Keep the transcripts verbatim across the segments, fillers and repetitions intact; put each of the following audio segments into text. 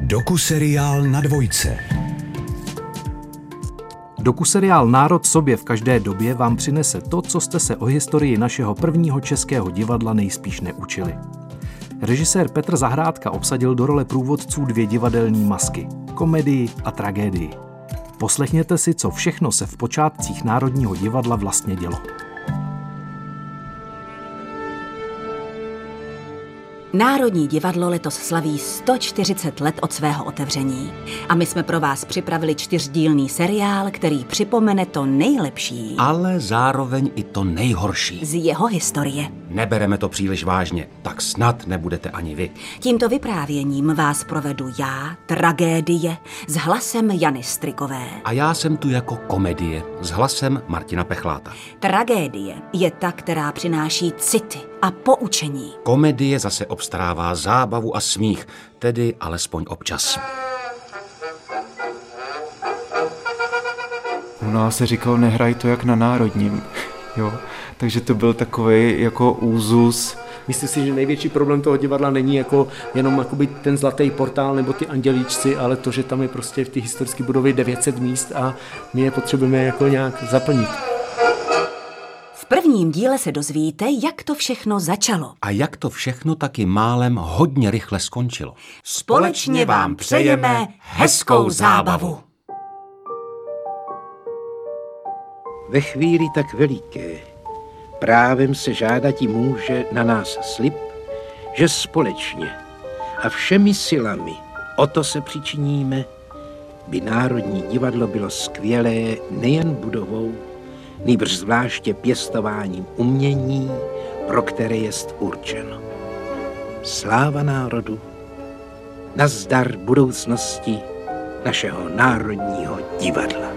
Dokuseriál na dvojce. Dokuseriál Národ sobě v každé době vám přinese to, co jste se o historii našeho prvního českého divadla nejspíš neučili. Režisér Petr Zahrádka obsadil do role průvodců dvě divadelní masky – komedii a tragédii. Poslechněte si, co všechno se v počátcích Národního divadla vlastně dělo. Národní divadlo letos slaví sto čtyřicet let od svého otevření. A my jsme pro vás připravili čtyřdílný seriál, který připomene to nejlepší. Ale zároveň i to nejhorší. Z jeho historie. Nebereme to příliš vážně, tak snad nebudete ani vy. Tímto vyprávěním vás provedu já, tragédie, s hlasem Jany Strykové. A já jsem tu jako komedie, s hlasem Martina Pechláta. Tragédie je ta, která přináší city a poučení. Komedie zase obstarává zábavu a smích, tedy alespoň občas. U nás se říkalo, nehraj to jak na Národním, jo. Takže to byl takovej jako úzus. Myslím si, že největší problém toho divadla není jako jenom jakoby ten zlatý portál nebo ty andělíčci, ale to, že tam je prostě v té historické budově devět set míst a my je potřebujeme jako nějak zaplnit. V prvním díle se dozvíte, jak to všechno začalo. A jak to všechno taky málem hodně rychle skončilo. Společně vám přejeme hezkou zábavu. Ve chvíli tak veliké právem se žádati může na nás slib, že společně a všemi silami o to se přičiníme, by Národní divadlo bylo skvělé nejen budovou, nýbrž zvláště pěstováním umění, pro které jest určeno. Sláva národu, nazdar budoucnosti našeho Národního divadla.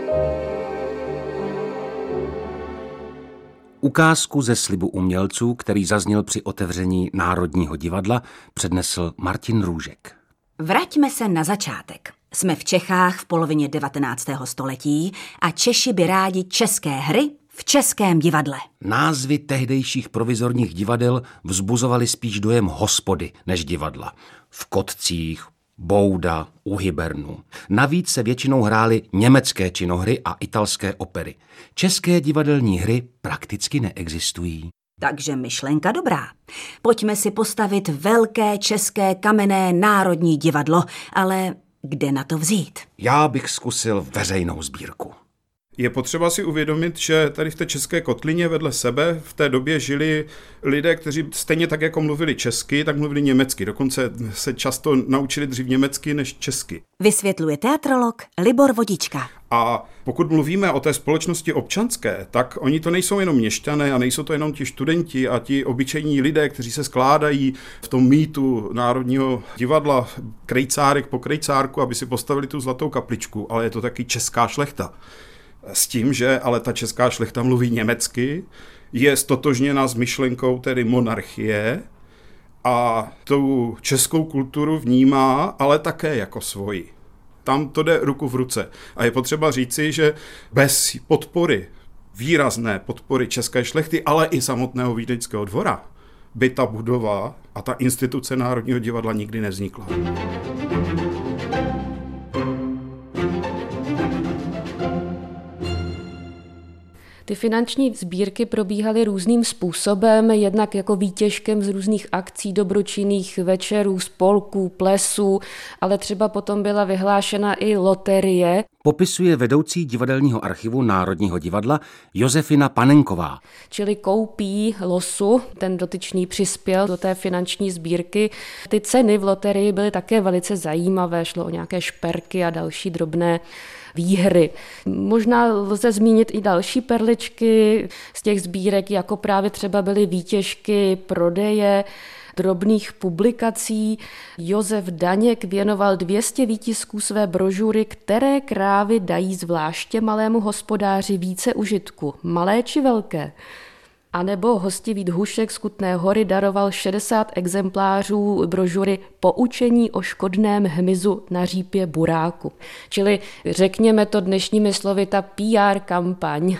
Ukázku ze slibu umělců, který zazněl při otevření Národního divadla, přednesl Martin Růžek. Vraťme se na začátek. Jsme v Čechách v polovině devatenáctého století a Češi by rádi české hry v českém divadle. Názvy tehdejších provizorních divadel vzbuzovaly spíš dojem hospody než divadla. V Kotcích, Bouda, u Hybernu. Navíc se většinou hrály německé činohry a italské opery. České divadelní hry prakticky neexistují. Takže myšlenka dobrá. Pojďme si postavit velké české kamenné Národní divadlo, ale kde na to vzít? Já bych zkusil veřejnou sbírku. Je potřeba si uvědomit, že tady v té české kotlině vedle sebe v té době žili lidé, kteří stejně tak jako mluvili česky, tak mluvili německy. Dokonce se často naučili dřív německy než česky. Vysvětluje teatrolog Libor Vodička. A pokud mluvíme o té společnosti občanské, tak oni to nejsou jenom měšťané a nejsou to jenom ti studenti a ti obyčejní lidé, kteří se skládají v tom mýtu Národního divadla krejcárek po krejcárku, aby si postavili tu zlatou kapličku, ale je to taky česká šlechta. S tím, že ale ta česká šlechta mluví německy, je stotožněna s myšlenkou tedy monarchie a tu českou kulturu vnímá, ale také jako svoji. Tam to jde ruku v ruce. A je potřeba říci, že bez podpory, výrazné podpory české šlechty, ale i samotného vídeňského dvora, by ta budova a ta instituce Národního divadla nikdy nevznikla. Ty finanční sbírky probíhaly různým způsobem, jednak jako výtěžkem z různých akcí, dobročinných večerů, spolků, plesů, ale třeba potom byla vyhlášena i loterie. Popisuje vedoucí divadelního archivu Národního divadla Josefina Panenková. Čili koupí losu, ten dotyčný přispěl do té finanční sbírky. Ty ceny v loterii byly také velice zajímavé, šlo o nějaké šperky a další drobné výhry. Možná lze zmínit i další perličky z těch sbírek, jako právě třeba byly výtěžky prodeje drobných publikací. Josef Daněk věnoval dvě stě výtisků své brožury, které krávy dají zvláště malému hospodáři více užitku, malé či velké. A nebo hostivý Hušek z Kutné Hory daroval šedesát exemplářů brožury Poučení o škodném hmyzu na řípě buráku. Čili řekněme to dnešními slovy, ta P R kampaň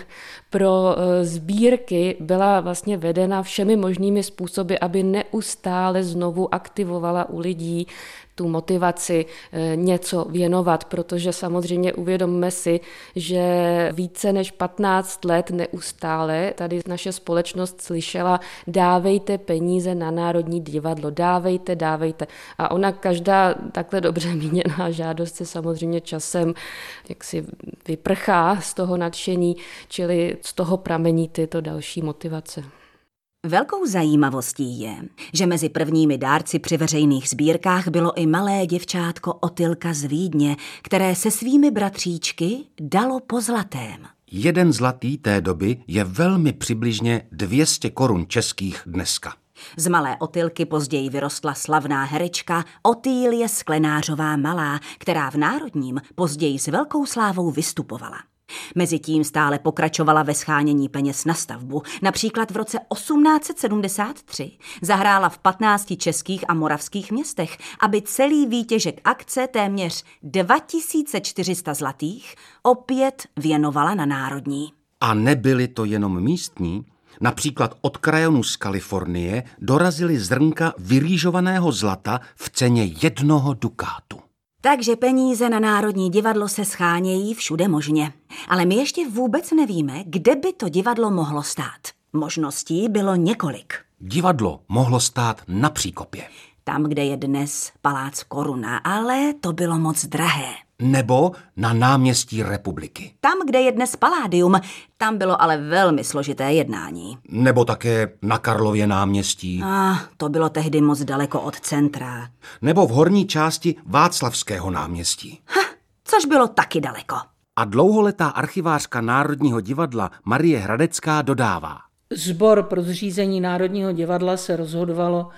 pro sbírky byla vlastně vedena všemi možnými způsoby, aby neustále znovu aktivovala u lidí tu motivaci něco věnovat, protože samozřejmě uvědomme si, že více než patnáct let neustále tady naše společnost slyšela dávejte peníze na Národní divadlo, dávejte, dávejte. A ona každá takhle dobře míněná žádost se samozřejmě časem jaksi vyprchá z toho nadšení, čili z toho pramení tyto další motivace. Velkou zajímavostí je, že mezi prvními dárci při veřejných sbírkách bylo i malé děvčátko Otylka z Vídně, které se svými bratříčky dalo po zlatém. Jeden zlatý té doby je velmi přibližně dvě stě korun českých dneska. Z malé Otylky později vyrostla slavná herečka Otýlie Sklenářová Malá, která v Národním později s velkou slávou vystupovala. Mezitím stále pokračovala ve shánění peněz na stavbu. Například v roce osmnáct set sedmdesát tři zahrála v patnácti českých a moravských městech, aby celý výtěžek akce téměř dva tisíce čtyři sta zlatých opět věnovala na Národní. A nebyly to jenom místní. Například od krajanů z Kalifornie dorazily zrnka vyrýžovaného zlata v ceně jednoho dukátu. Takže peníze na Národní divadlo se schánějí všude možně. Ale my ještě vůbec nevíme, kde by to divadlo mohlo stát. Možností bylo několik. Divadlo mohlo stát na Příkopě. Tam, kde je dnes Palác Koruna, ale to bylo moc drahé. Nebo na náměstí Republiky. Tam, kde je dnes Paládium, tam bylo ale velmi složité jednání. Nebo také na Karlově náměstí. A to bylo tehdy moc daleko od centra. Nebo v horní části Václavského náměstí. Ha, což bylo taky daleko. A dlouholetá archivářka Národního divadla Marie Hradecká dodává. Sbor pro zřízení Národního divadla se rozhodovalo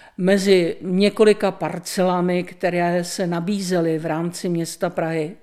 mezi několika parcelami, které se nabízely v rámci města Prahy.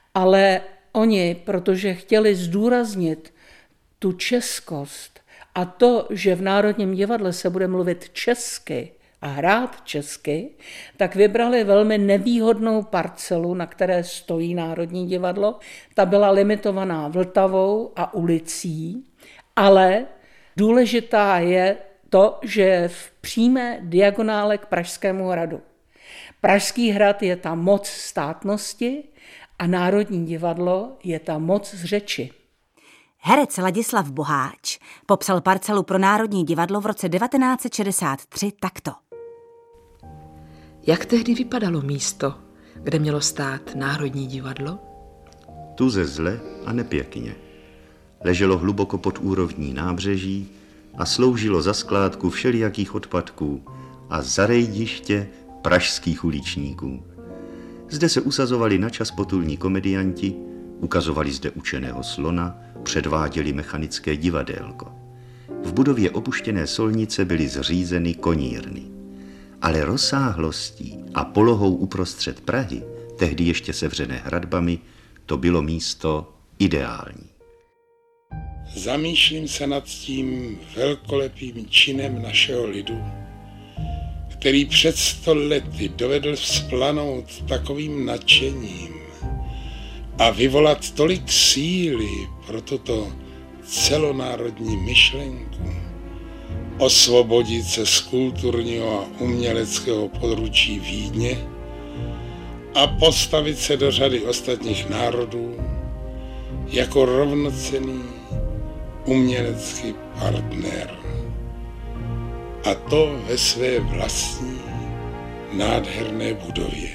Ale oni, protože chtěli zdůraznit tu českost a to, že v Národním divadle se bude mluvit česky a hrát česky, tak vybrali velmi nevýhodnou parcelu, na které stojí Národní divadlo. Ta byla limitovaná Vltavou a ulicí, ale důležitá je to, že je v přímé diagonále k Pražskému hradu. Pražský hrad je ta moc státnosti a Národní divadlo je ta moc z řeči. Herec Ladislav Boháč popsal parcelu pro Národní divadlo v roce devatenáct set šedesát tři takto. Jak tehdy vypadalo místo, kde mělo stát Národní divadlo? Tuze zle a nepěkně. Leželo hluboko pod úrovní nábřeží a sloužilo za skládku všelijakých odpadků a za rejdiště pražských uličníků. Zde se usazovali načas potulní komedianti, ukazovali zde učeného slona, předváděli mechanické divadélko. V budově opuštěné solnice byly zřízeny konírny. Ale rozsáhlostí a polohou uprostřed Prahy, tehdy ještě sevřené hradbami, to bylo místo ideální. Zamýšlím se nad tím velkolepým činem našeho lidu, který před sto lety dovedl vzplanout takovým nadšením a vyvolat tolik síly pro tuto celonárodní myšlenku, osvobodit se z kulturního a uměleckého područí Vídně a postavit se do řady ostatních národů jako rovnocenný umělecký partner. A to ve své vlastní nádherné budově.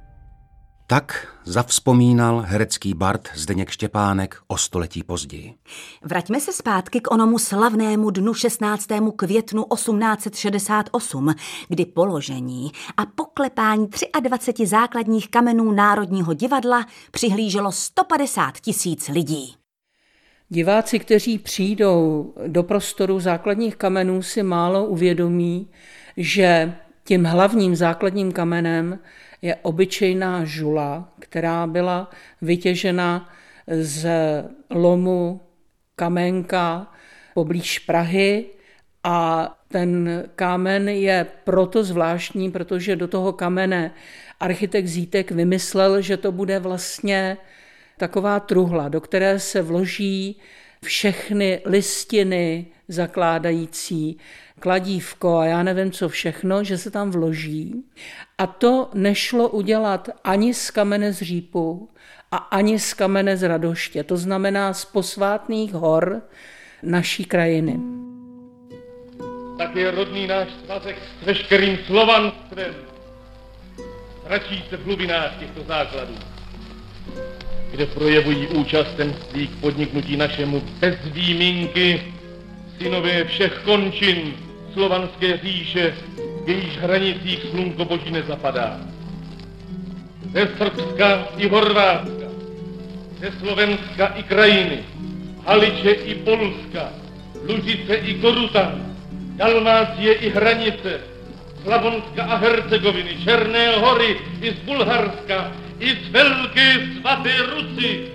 Tak zavzpomínal herecký bard Zdeněk Štěpánek o století později. Vraťme se zpátky k onomu slavnému dnu šestnáctému květnu osmnáct set šedesát osm, kdy položení a poklepání dvaceti tři základních kamenů Národního divadla přihlíželo sto padesát tisíc lidí. Diváci, kteří přijdou do prostoru základních kamenů, si málo uvědomí, že tím hlavním základním kamenem je obyčejná žula, která byla vytěžena z lomu Kamenka poblíž Prahy a ten kámen je proto zvláštní, protože do toho kamene architekt Zítek vymyslel, že to bude vlastně taková truhla, do které se vloží všechny listiny zakládající, kladívko a já nevím co všechno, že se tam vloží. A to nešlo udělat ani z kamene z Řípu a ani z kamene z Radoště, to znamená z posvátných hor naší krajiny. Tak je rodný náš svazek s veškerým slovanstvem. Zračí se v hlubinách těchto základů, kde projevují účastenství k podniknutí našemu bez výjimky synové všech končin slovanské říše, v jejíž hranicích slunko boží nezapadá. Ze Srbska i Horvátska, ze Slovenska i krajiny, Haliče i Polska, Lužice i Korutan, Dalmácie i Hranice, Slavonska a Hercegoviny, Černé hory i z Bulharska, i z Velké svaté Rusy.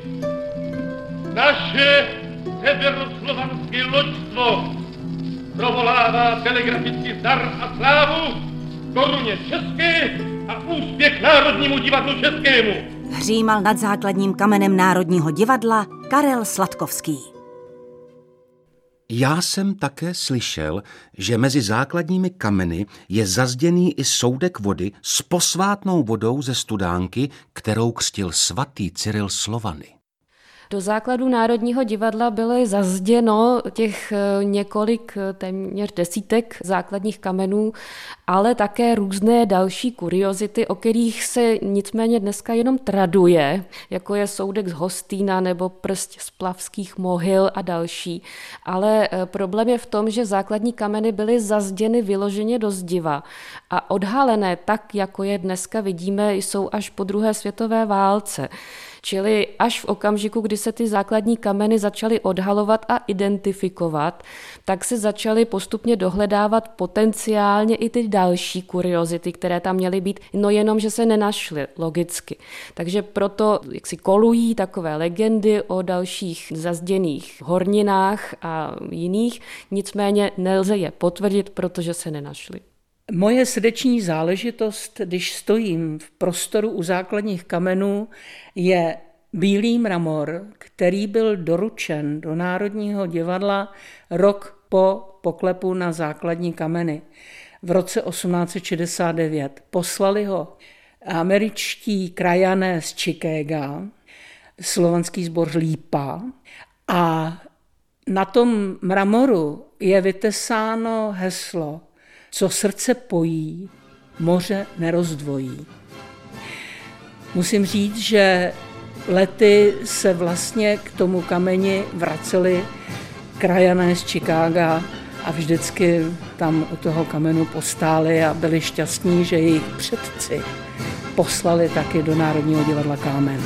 Naše severoslovanské loďstvo provolává telegrafický zdar a slávu koruně české a úspěch Národnímu divadlu českému. Hřímal nad základním kamenem Národního divadla Karel Sladkovský. Já jsem také slyšel, že mezi základními kameny je zazděný i soudek vody s posvátnou vodou ze studánky, kterou křtil svatý Cyril Slovany. Do základu Národního divadla byly zazděno těch několik, téměř desítek základních kamenů, ale také různé další kuriozity, o kterých se nicméně dneska jenom traduje, jako je soudek z Hostýna nebo prst z Plavských mohyl a další. Ale problém je v tom, že základní kameny byly zazděny vyloženě do zdiva a odhalené tak, jako je dneska vidíme, jsou až po druhé světové válce. Čili až v okamžiku, kdy se ty základní kameny začaly odhalovat a identifikovat, tak se začaly postupně dohledávat potenciálně i ty další kuriozity, které tam měly být, no jenom, že se nenašly logicky. Takže proto jak si kolují takové legendy o dalších zazděných horninách a jiných, nicméně nelze je potvrdit, protože se nenašly. Moje srdeční záležitost, když stojím v prostoru u základních kamenů, je bílý mramor, který byl doručen do Národního divadla rok po poklepu na základní kameny v roce osmnáct set šedesát devět. Poslali ho američtí krajané z Chicaga, slovanský sbor Lípa, a na tom mramoru je vytesáno heslo: co srdce pojí, moře nerozdvojí. Musím říct, že lety se vlastně k tomu kameni vraceli krajané z Chicaga a vždycky tam u toho kamenu postáli a byli šťastní, že jejich předci poslali taky do Národního divadla kámen.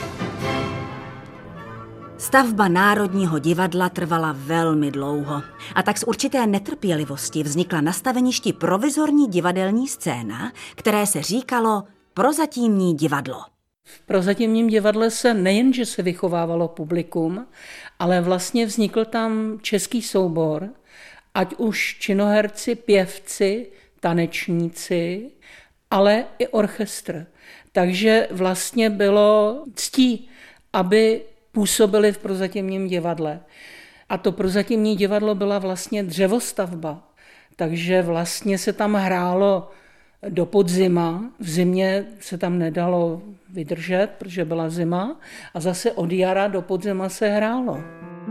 Stavba Národního divadla trvala velmi dlouho a tak z určité netrpělivosti vznikla na staveništi provizorní divadelní scéna, které se říkalo Prozatímní divadlo. V Prozatímním divadle se nejenže se vychovávalo publikum, ale vlastně vznikl tam český soubor, ať už činoherci, pěvci, tanečníci, ale i orchestr. Takže vlastně bylo ctí, aby působili v Prozatímním divadle. A to Prozatímní divadlo byla vlastně dřevostavba, takže vlastně se tam hrálo do podzima. V zimě se tam nedalo vydržet, protože byla zima, a zase od jara do podzima se hrálo.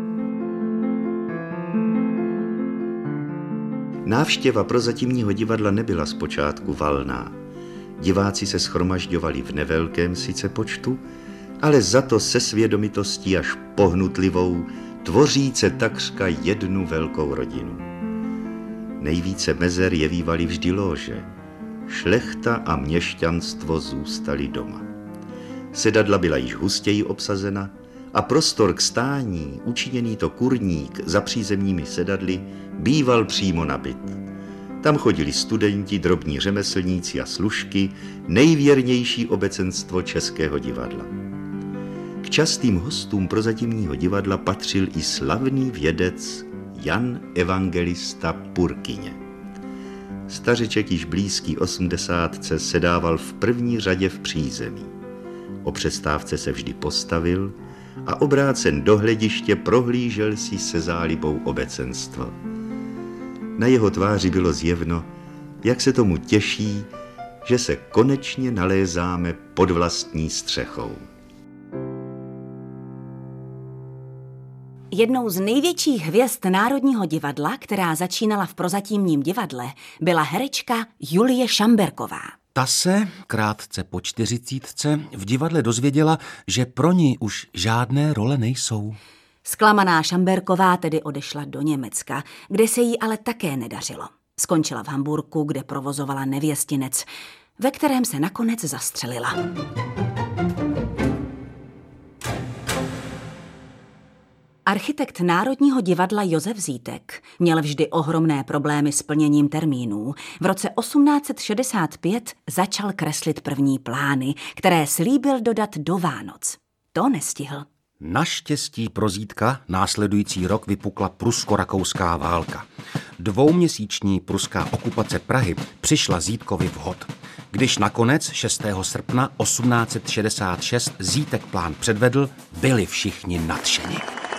Návštěva Prozatímního divadla nebyla zpočátku valná. Diváci se shromažďovali v nevelkém sice počtu, ale za to se svědomitostí až pohnutlivou, tvoříce takřka jednu velkou rodinu. Nejvíce mezer jevívali vždy lóže. Šlechta a měšťanstvo zůstali doma. Sedadla byla již hustěji obsazena a prostor k stání, učiněný to kurník za přízemními sedadly, býval přímo nabyt. Tam chodili studenti, drobní řemeslníci a služky, nejvěrnější obecenstvo českého divadla. K častým hostům Prozatímního divadla patřil i slavný vědec Jan Evangelista Purkyně. Stařeček již blízký osmdesátce sedával v první řadě v přízemí. O přestávce se vždy postavil a obrácen do hlediště prohlížel si se zálibou obecenstva. Na jeho tváři bylo zjevno, jak se tomu těší, že se konečně nalézáme pod vlastní střechou. Jednou z největších hvězd Národního divadla, která začínala v Prozatímním divadle, byla herečka Julie Šamberková. Ta se, krátce po čtyřicítce, v divadle dozvěděla, že pro ní už žádné role nejsou. Zklamaná Šamberková tedy odešla do Německa, kde se jí ale také nedařilo. Skončila v Hamburku, kde provozovala nevěstinec, ve kterém se nakonec zastřelila. Architekt Národního divadla Josef Zítek měl vždy ohromné problémy s plněním termínů. V roce osmnáct set šedesát pět začal kreslit první plány, které slíbil dodat do Vánoc. To nestihl. Naštěstí pro Zítka následující rok vypukla prusko-rakouská válka. Dvouměsíční pruská okupace Prahy přišla Zítkovi vhod. Když nakonec šestého srpna osmnáct set šedesát šest Zítek plán předvedl, byli všichni nadšeni.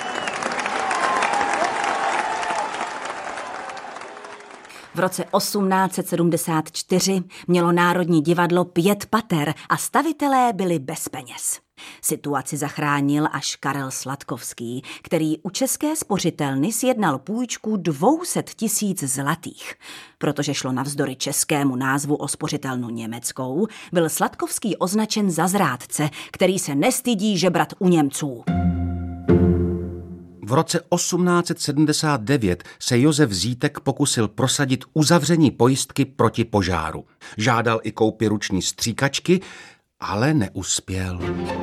V roce osmnáct set sedmdesát čtyři mělo Národní divadlo pět pater a stavitelé byli bez peněz. Situaci zachránil až Karel Sladkovský, který u České spořitelny sjednal půjčku dvě stě tisíc zlatých. Protože šlo navzdory českému názvu o spořitelnu německou, byl Sladkovský označen za zrádce, který se nestydí žebrat u Němců. V roce osmnáct set sedmdesát devět se Josef Zítek pokusil prosadit uzavření pojistky proti požáru. Žádal i koupi ruční stříkačky, ale neuspěl.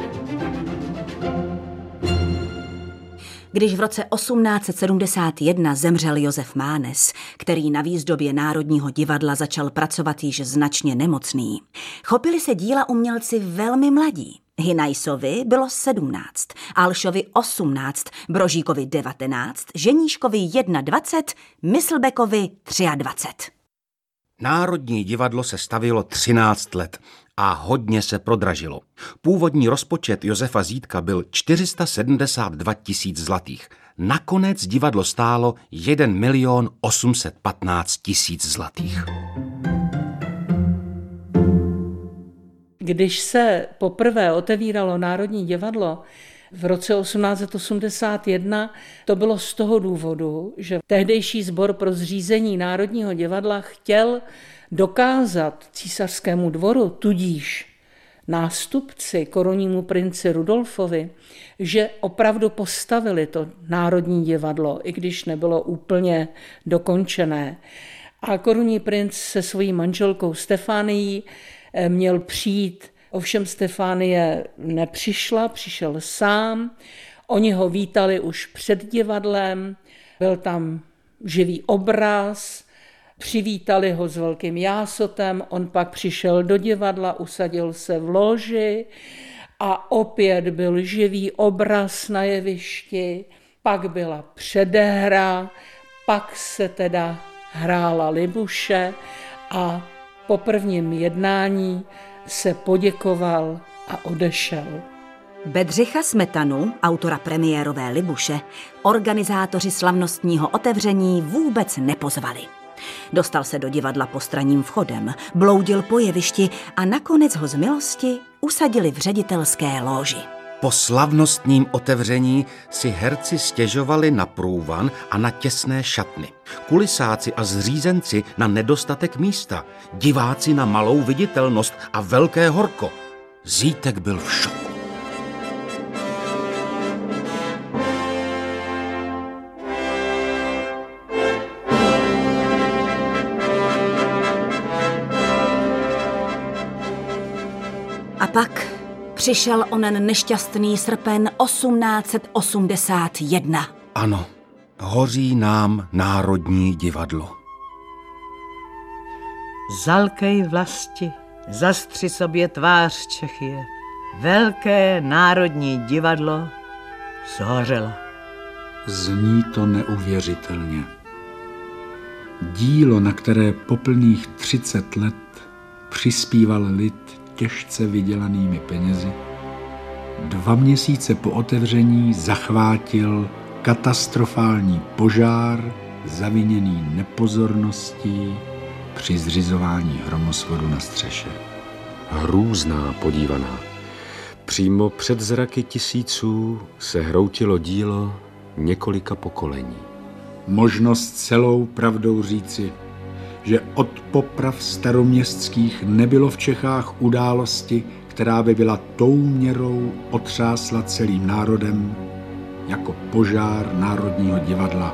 Když v roce osmnáct set sedmdesát jedna zemřel Josef Mánes, který na výzdobě Národního divadla začal pracovat již značně nemocný, chopili se díla umělci velmi mladí. Hinajsovi bylo sedmnáct, Alšovi osmnáct, Brožíkovi devatenáct, Ženíškovi dvacet jedna, Myslbekovi dvacet tři. Národní divadlo se stavilo třináct let a hodně se prodražilo. Původní rozpočet Josefa Zítka byl čtyři sta sedmdesát dva tisíc zlatých. Nakonec divadlo stálo jeden milion osm set patnáct tisíc zlatých. Když se poprvé otevíralo Národní divadlo v roce osmnáct set osmdesát jedna, to bylo z toho důvodu, že tehdejší sbor pro zřízení Národního divadla chtěl dokázat císařskému dvoru, tudíž nástupci korunnímu princi Rudolfovi, že opravdu postavili to Národní divadlo, i když nebylo úplně dokončené. A korunní princ se svojí manželkou Stefánií měl přijít, ovšem Stefánie nepřišla, přišel sám. Oni ho vítali už před divadlem, byl tam živý obraz, přivítali ho s velkým jásotem, on pak přišel do divadla, usadil se v loži a opět byl živý obraz na jevišti, pak byla předehra, pak se teda hrála libuše a po prvním jednání se poděkoval a odešel. Bedřicha Smetanu, autora premiérové libuše, organizátoři slavnostního otevření vůbec nepozvali. Dostal se do divadla postranním vchodem, bloudil po jevišti a nakonec ho z milosti usadili v ředitelské lóži. Po slavnostním otevření si herci stěžovali na průvan a na těsné šatny. Kulisáci a zřízenci na nedostatek místa, diváci na malou viditelnost a velké horko. Zítek byl v šoku. A pak přišel onen nešťastný srpen osmnáct set osmdesát jedna. Ano, hoří nám Národní divadlo. Zalkej vlasti, zastři sobě tvář Čechyje. Velké Národní divadlo zhořelo. Zní to neuvěřitelně. Dílo, na které poplných třicet let přispíval lid těžce vydělanými penězi, Dva měsíce po otevření zachvátil katastrofální požár zaviněný nepozorností při zřizování hromosvodu na střeše. Hrůzná podívaná. Přímo před zraky tisíců se hroutilo dílo několika pokolení. Možnost celou pravdou říci, že od poprav staroměstských nebylo v Čechách události, která by byla tou měrou otřásla celým národem, jako požár Národního divadla.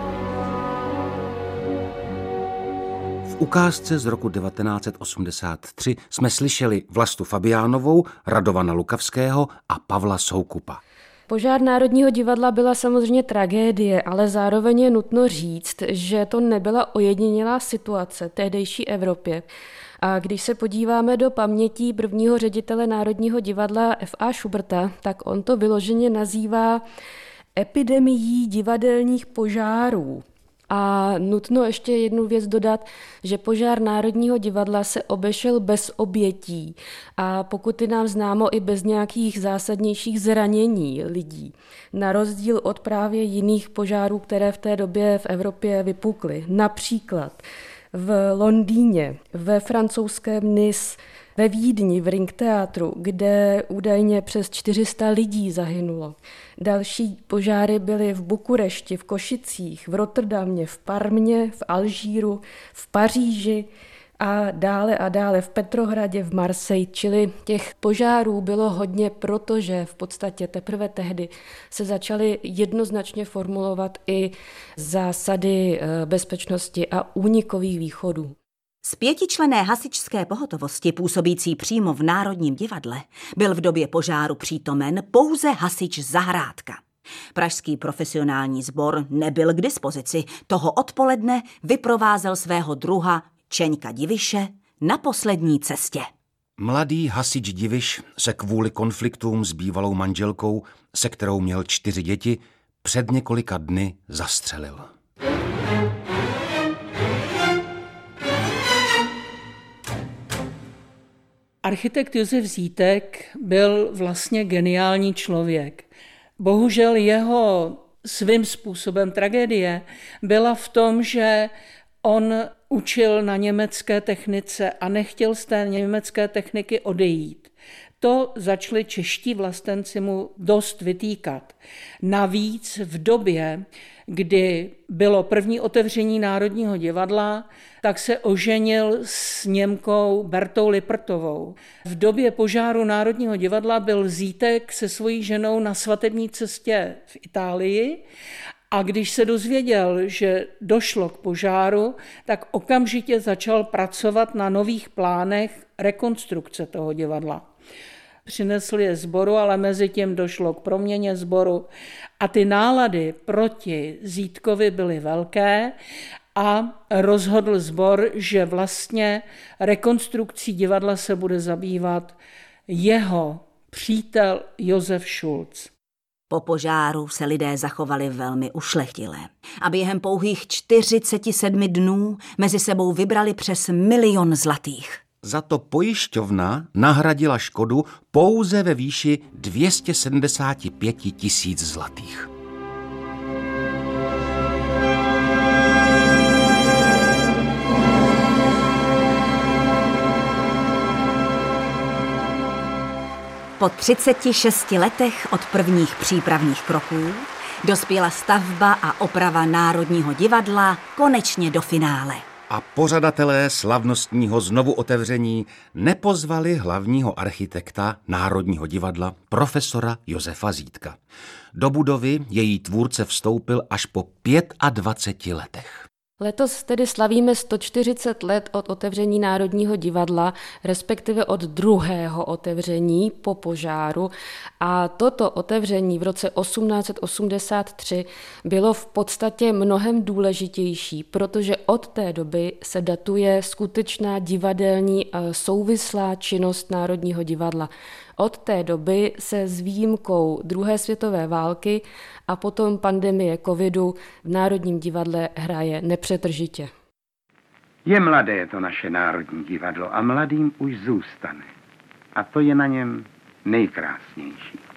V ukázce z roku devatenáct set osmdesát tři jsme slyšeli Vlastu Fabiánovou, Radovana Lukavského a Pavla Soukupa. Požár Národního divadla byla samozřejmě tragédie, ale zároveň je nutno říct, že to nebyla ojedinělá situace tehdejší Evropě. A když se podíváme do pamětí prvního ředitele Národního divadla F A Schuberta, tak on to vyloženě nazývá epidemií divadelních požárů. A nutno ještě jednu věc dodat, že požár Národního divadla se obešel bez obětí a pokud je nám známo i bez nějakých zásadnějších zranění lidí. Na rozdíl od právě jiných požárů, které v té době v Evropě vypukly. Například v Londýně, ve francouzském Nice, ve Vídni, v Ringteatru, kde údajně přes čtyři sta lidí zahynulo. Další požáry byly v Bukurešti, v Košicích, v Rotterdamě, v Parmě, v Alžíru, v Paříži a dále a dále v Petrohradě, v Marseille. Čili těch požárů bylo hodně, protože v podstatě teprve tehdy se začaly jednoznačně formulovat i zásady bezpečnosti a únikových východů. Z pětičlenné hasičské pohotovosti působící přímo v Národním divadle byl v době požáru přítomen pouze hasič Zahrádka. Pražský profesionální sbor nebyl k dispozici. Toho odpoledne vyprovázel svého druha Čeňka Diviše na poslední cestě. Mladý hasič Diviš se kvůli konfliktům s bývalou manželkou, se kterou měl čtyři děti, před několika dny zastřelil. Architekt Josef Zítek byl vlastně geniální člověk. Bohužel jeho svým způsobem tragédie byla v tom, že on učil na německé technice a nechtěl z té německé techniky odejít. To začali čeští vlastenci mu dost vytýkat. Navíc v době, kdy bylo první otevření Národního divadla, tak se oženil s Němkou Bertou Lipertovou. V době požáru Národního divadla byl Zítek se svojí ženou na svatební cestě v Itálii a když se dozvěděl, že došlo k požáru, tak okamžitě začal pracovat na nových plánech rekonstrukce toho divadla. Přinesl je sboru, ale mezi tím došlo k proměně sboru a ty nálady proti Zítkovi byly velké a rozhodl sbor, že vlastně rekonstrukcí divadla se bude zabývat jeho přítel Josef Schulz. Po požáru se lidé zachovali velmi ušlechtile a během pouhých čtyřiceti sedmi dnů mezi sebou vybrali přes milion zlatých. Za to pojišťovna nahradila škodu pouze ve výši dvě stě sedmdesát pět tisíc zlatých. Po třiceti šesti letech od prvních přípravných kroků dospěla stavba a oprava Národního divadla konečně do finále. A pořadatelé slavnostního znovu otevření nepozvali hlavního architekta Národního divadla, profesora Josefa Zítka. Do budovy její tvůrce vstoupil až po dvaceti pěti letech. Letos tedy slavíme sto čtyřicet let od otevření Národního divadla, respektive od druhého otevření po požáru. A toto otevření v roce osmnáct set osmdesát tři bylo v podstatě mnohem důležitější, protože od té doby se datuje skutečná divadelní souvislá činnost Národního divadla. Od té doby se s výjimkou druhé světové války a potom pandemie covidu v Národním divadle hraje nepřetržitě. Je mladé to naše Národní divadlo a mladým už zůstane. A to je na něm nejkrásnější.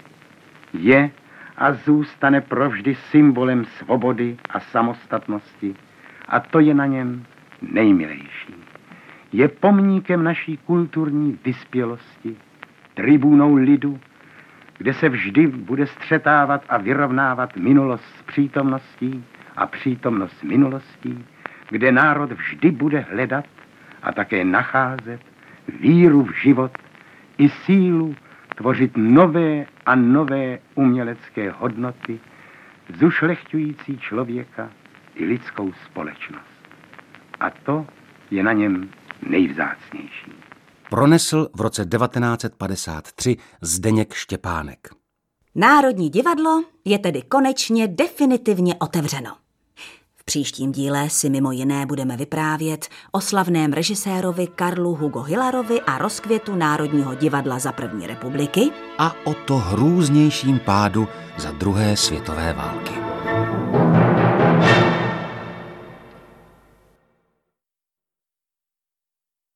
Je a zůstane provždy symbolem svobody a samostatnosti a to je na něm nejmilejší. Je pomníkem naší kulturní vyspělosti, tribúnou lidu, kde se vždy bude střetávat a vyrovnávat minulost s přítomností a přítomnost s minulostí, kde národ vždy bude hledat a také nacházet víru v život i sílu tvořit nové a nové umělecké hodnoty, zušlechťující člověka i lidskou společnost. A to je na něm nejvzácnější. Pronesl v roce devatenáct set padesát tři Zdeněk Štěpánek. Národní divadlo je tedy konečně definitivně otevřeno. V příštím díle si mimo jiné budeme vyprávět o slavném režisérovi Karlu Hugo Hilarovi a rozkvětu Národního divadla za první republiky a o to hrůznějším pádu za druhé světové války.